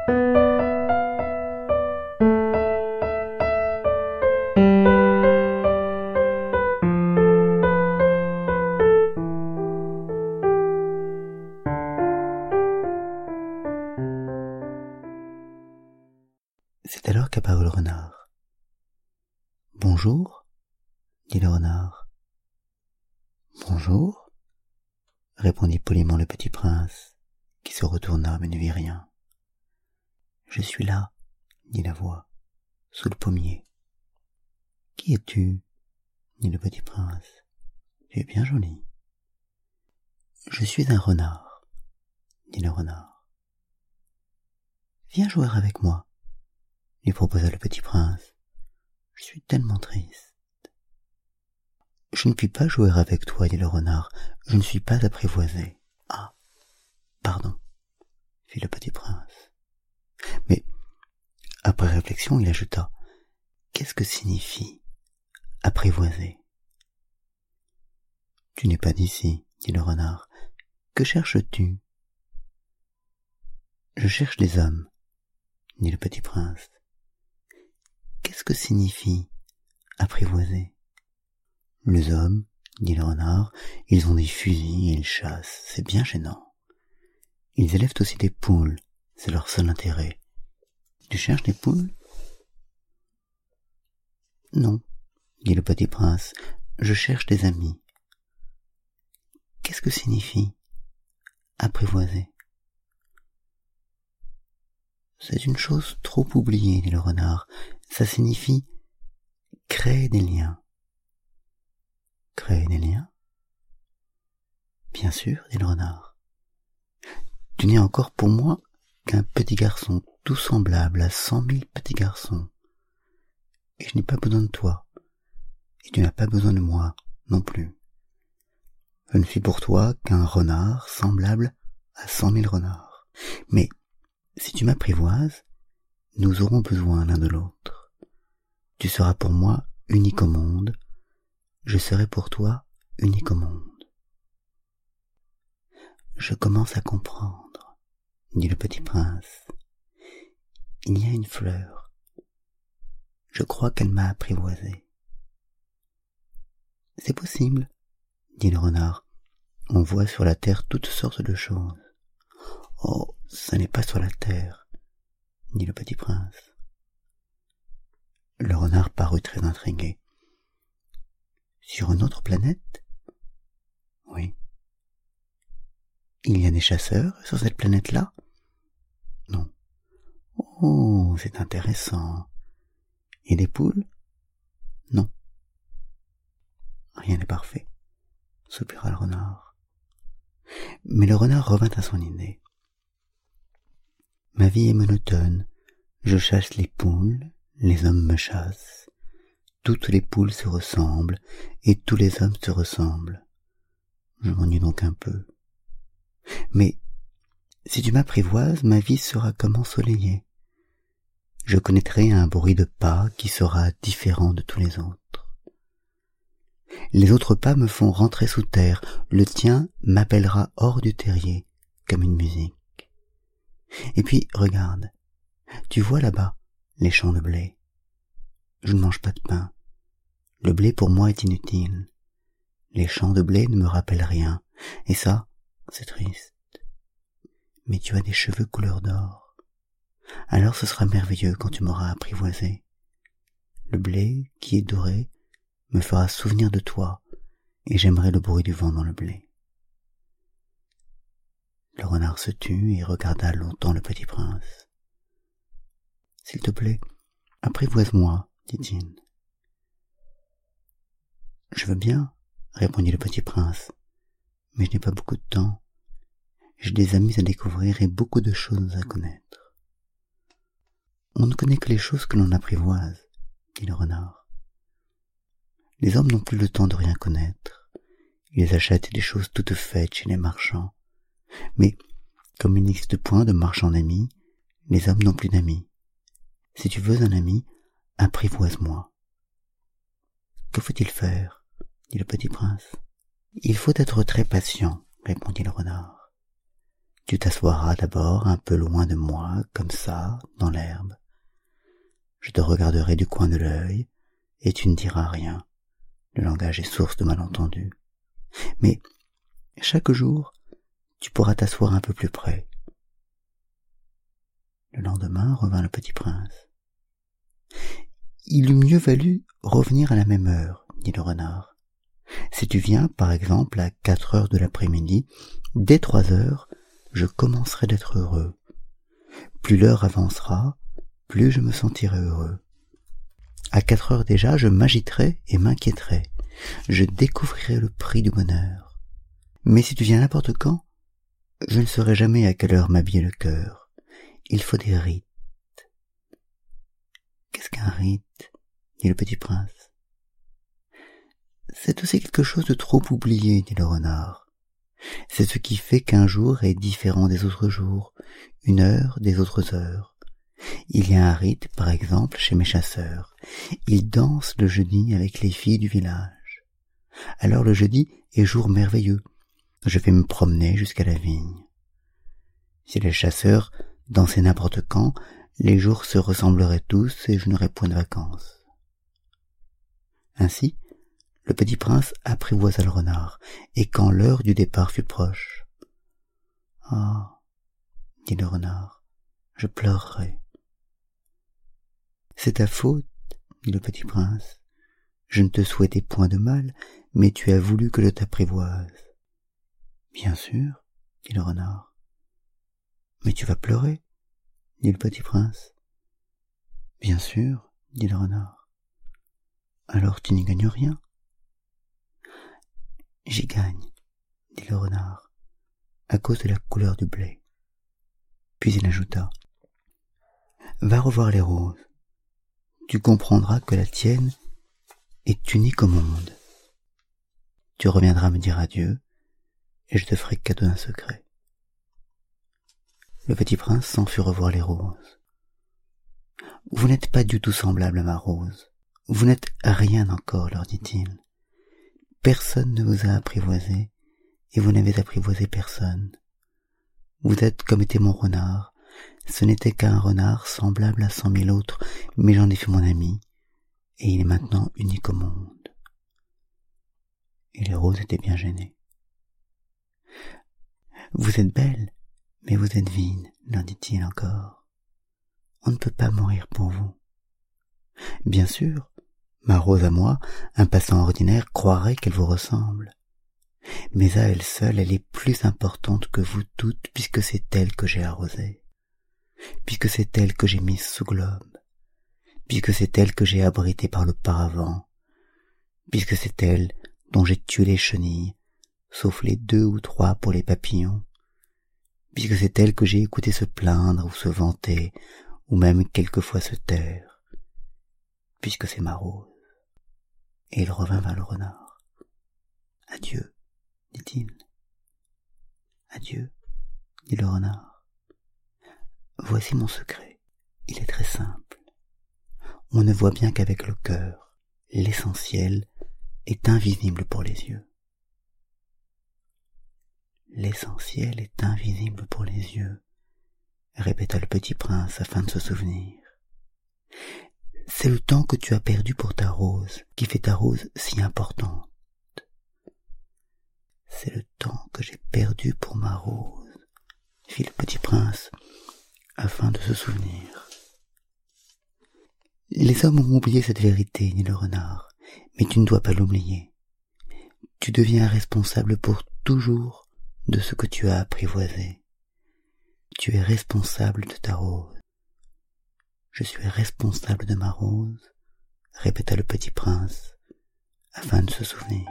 C'est alors qu'apparut le renard. « Bonjour, dit le renard. « Bonjour, répondit poliment le petit prince, qui se retourna mais ne vit rien. « Je suis là, dit la voix, sous le pommier. »« Qui es-tu » dit le petit prince. « Tu es bien joli. »« Je suis un renard, dit le renard. »« Viens jouer avec moi, lui proposa le petit prince. « Je suis tellement triste. »« Je ne puis pas jouer avec toi, dit le renard, je ne suis pas apprivoisé. »« Ah, pardon, fit le petit prince. Mais, après réflexion, il ajouta, « Qu'est-ce que signifie apprivoiser ?»« Tu n'es pas d'ici, dit le renard. Que cherches-tu ?»« Je cherche des hommes, dit le petit prince. Qu'est-ce que signifie apprivoiser ? Les hommes, dit le renard, ils ont des fusils et ils chassent, c'est bien gênant. Ils élèvent aussi des poules, c'est leur seul intérêt. Tu cherches des poules ? Non, dit le petit prince, je cherche des amis. Qu'est-ce que signifie apprivoiser ? C'est une chose trop oubliée, dit le renard. Ça signifie créer des liens. Créer des liens ? Bien sûr, dit le renard. Tu n'es encore pour moi qu'un petit garçon tout semblable à 100 000 petits garçons. Et je n'ai pas besoin de toi. Et tu n'as pas besoin de moi non plus. Je ne suis pour toi qu'un renard semblable à 100 000 renards. Mais si tu m'apprivoises, nous aurons besoin l'un de l'autre. Tu seras pour moi unique au monde, je serai pour toi unique au monde. Je commence à comprendre, dit le petit prince. Il y a une fleur. Je crois qu'elle m'a apprivoisé. C'est possible, dit le renard. On voit sur la terre toutes sortes de choses. Oh, ça n'est pas sur la terre, dit le petit prince. Le renard parut très intrigué. Sur une autre planète ? Oui. Il y a des chasseurs sur cette planète-là ? Non. Oh, c'est intéressant. Et des poules ? Non. Rien n'est parfait, soupira le renard. Mais le renard revint à son idée. Ma vie est monotone, je chasse les poules, les hommes me chassent, toutes les poules se ressemblent, et tous les hommes se ressemblent. Je m'ennuie donc un peu. Mais, si tu m'apprivoises, ma vie sera comme ensoleillée. Je connaîtrai un bruit de pas qui sera différent de tous les autres. Les autres pas me font rentrer sous terre, le tien m'appellera hors du terrier, comme une musique. Et puis, regarde, tu vois là-bas les champs de blé. Je ne mange pas de pain. Le blé pour moi est inutile. Les champs de blé ne me rappellent rien, et ça, c'est triste. Mais tu as des cheveux couleur d'or. Alors ce sera merveilleux quand tu m'auras apprivoisé. Le blé, qui est doré, me fera souvenir de toi, et j'aimerai le bruit du vent dans le blé. Le renard se tut et regarda longtemps le petit prince. « S'il te plaît, apprivoise-moi, dit-il. »« Je veux bien, répondit le petit prince, mais je n'ai pas beaucoup de temps. J'ai des amis à découvrir et beaucoup de choses à connaître. »« On ne connaît que les choses que l'on apprivoise, dit le renard. Les hommes n'ont plus le temps de rien connaître. Ils achètent des choses toutes faites chez les marchands. Mais, comme il n'existe point de marchand d'amis, les hommes n'ont plus d'amis. Si tu veux un ami, apprivoise-moi. »« Que faut-il faire ? dit le petit prince. »« Il faut être très patient, répondit le renard. Tu t'assoiras d'abord un peu loin de moi, comme ça, dans l'herbe. Je te regarderai du coin de l'œil, et tu ne diras rien. Le langage est source de malentendus. Mais chaque jour, tu pourras t'asseoir un peu plus près. Le lendemain revint le petit prince. Il eût mieux valu revenir à la même heure, dit le renard. Si tu viens, par exemple, à 4 heures de l'après-midi, dès 3 heures, je commencerai d'être heureux. Plus l'heure avancera, plus je me sentirai heureux. À 4 heures déjà, je m'agiterai et m'inquiéterai. Je découvrirai le prix du bonheur. Mais si tu viens n'importe quand, je ne saurai jamais à quelle heure m'habiller le cœur. Il faut des rites. Qu'est-ce qu'un rite? Dit le petit prince. C'est aussi quelque chose de trop oublié, dit le renard. C'est ce qui fait qu'un jour est différent des autres jours, une heure des autres heures. Il y a un rite, par exemple, chez mes chasseurs. Ils dansent le jeudi avec les filles du village. Alors le jeudi est jour merveilleux. Je vais me promener jusqu'à la vigne. Si les chasseurs dansaient n'importe quand, les jours se ressembleraient tous et je n'aurais point de vacances. Ainsi, le petit prince apprivoisa le renard, et quand l'heure du départ fut proche, « Ah, dit le renard, je pleurerai. »« C'est ta faute, dit le petit prince. Je ne te souhaitais point de mal, mais tu as voulu que je t'apprivoise. »« Bien sûr, dit le renard. »« Mais tu vas pleurer, dit le petit prince. »« Bien sûr, dit le renard. »« Alors tu n'y gagnes rien. »« J'y gagne, dit le renard, à cause de la couleur du blé. » Puis il ajouta, « Va revoir les roses. Tu comprendras que la tienne est unique au monde. Tu reviendras me dire adieu, et je te ferai cadeau d'un secret. » Le petit prince s'en fut revoir les roses. « Vous n'êtes pas du tout semblable à ma rose. Vous n'êtes rien encore, leur dit-il. Personne ne vous a apprivoisé, et vous n'avez apprivoisé personne. Vous êtes comme était mon renard. Ce n'était qu'un renard semblable à 100 000 autres, mais j'en ai fait mon ami, et il est maintenant unique au monde. » Et les roses étaient bien gênées. « Vous êtes belle, mais vous êtes vide, leur dit-il encore. On ne peut pas mourir pour vous. Bien sûr, ma rose à moi, un passant ordinaire croirait qu'elle vous ressemble. Mais à elle seule, elle est plus importante que vous toutes, puisque c'est elle que j'ai arrosée, puisque c'est elle que j'ai mise sous globe, puisque c'est elle que j'ai abritée par le paravent, puisque c'est elle dont j'ai tué les chenilles, sauf les 2 ou 3 pour les papillons, puisque c'est elle que j'ai écouté se plaindre ou se vanter, ou même quelquefois se taire, puisque c'est ma rose. » Et il revint vers le renard. « Adieu, dit-il. »« Adieu, dit le renard. Voici mon secret. Il est très simple. On ne voit bien qu'avec le cœur. L'essentiel est invisible pour les yeux. » L'essentiel est invisible pour les yeux, répéta le petit prince afin de se souvenir. C'est le temps que tu as perdu pour ta rose, qui fait ta rose si importante. C'est le temps que j'ai perdu pour ma rose, fit le petit prince, afin de se souvenir. Les hommes ont oublié cette vérité, dit le renard, mais tu ne dois pas l'oublier. Tu deviens responsable pour toujours de ce que tu as apprivoisé. Tu es responsable de ta rose. Je suis responsable de ma rose, répéta le petit prince, afin de se souvenir.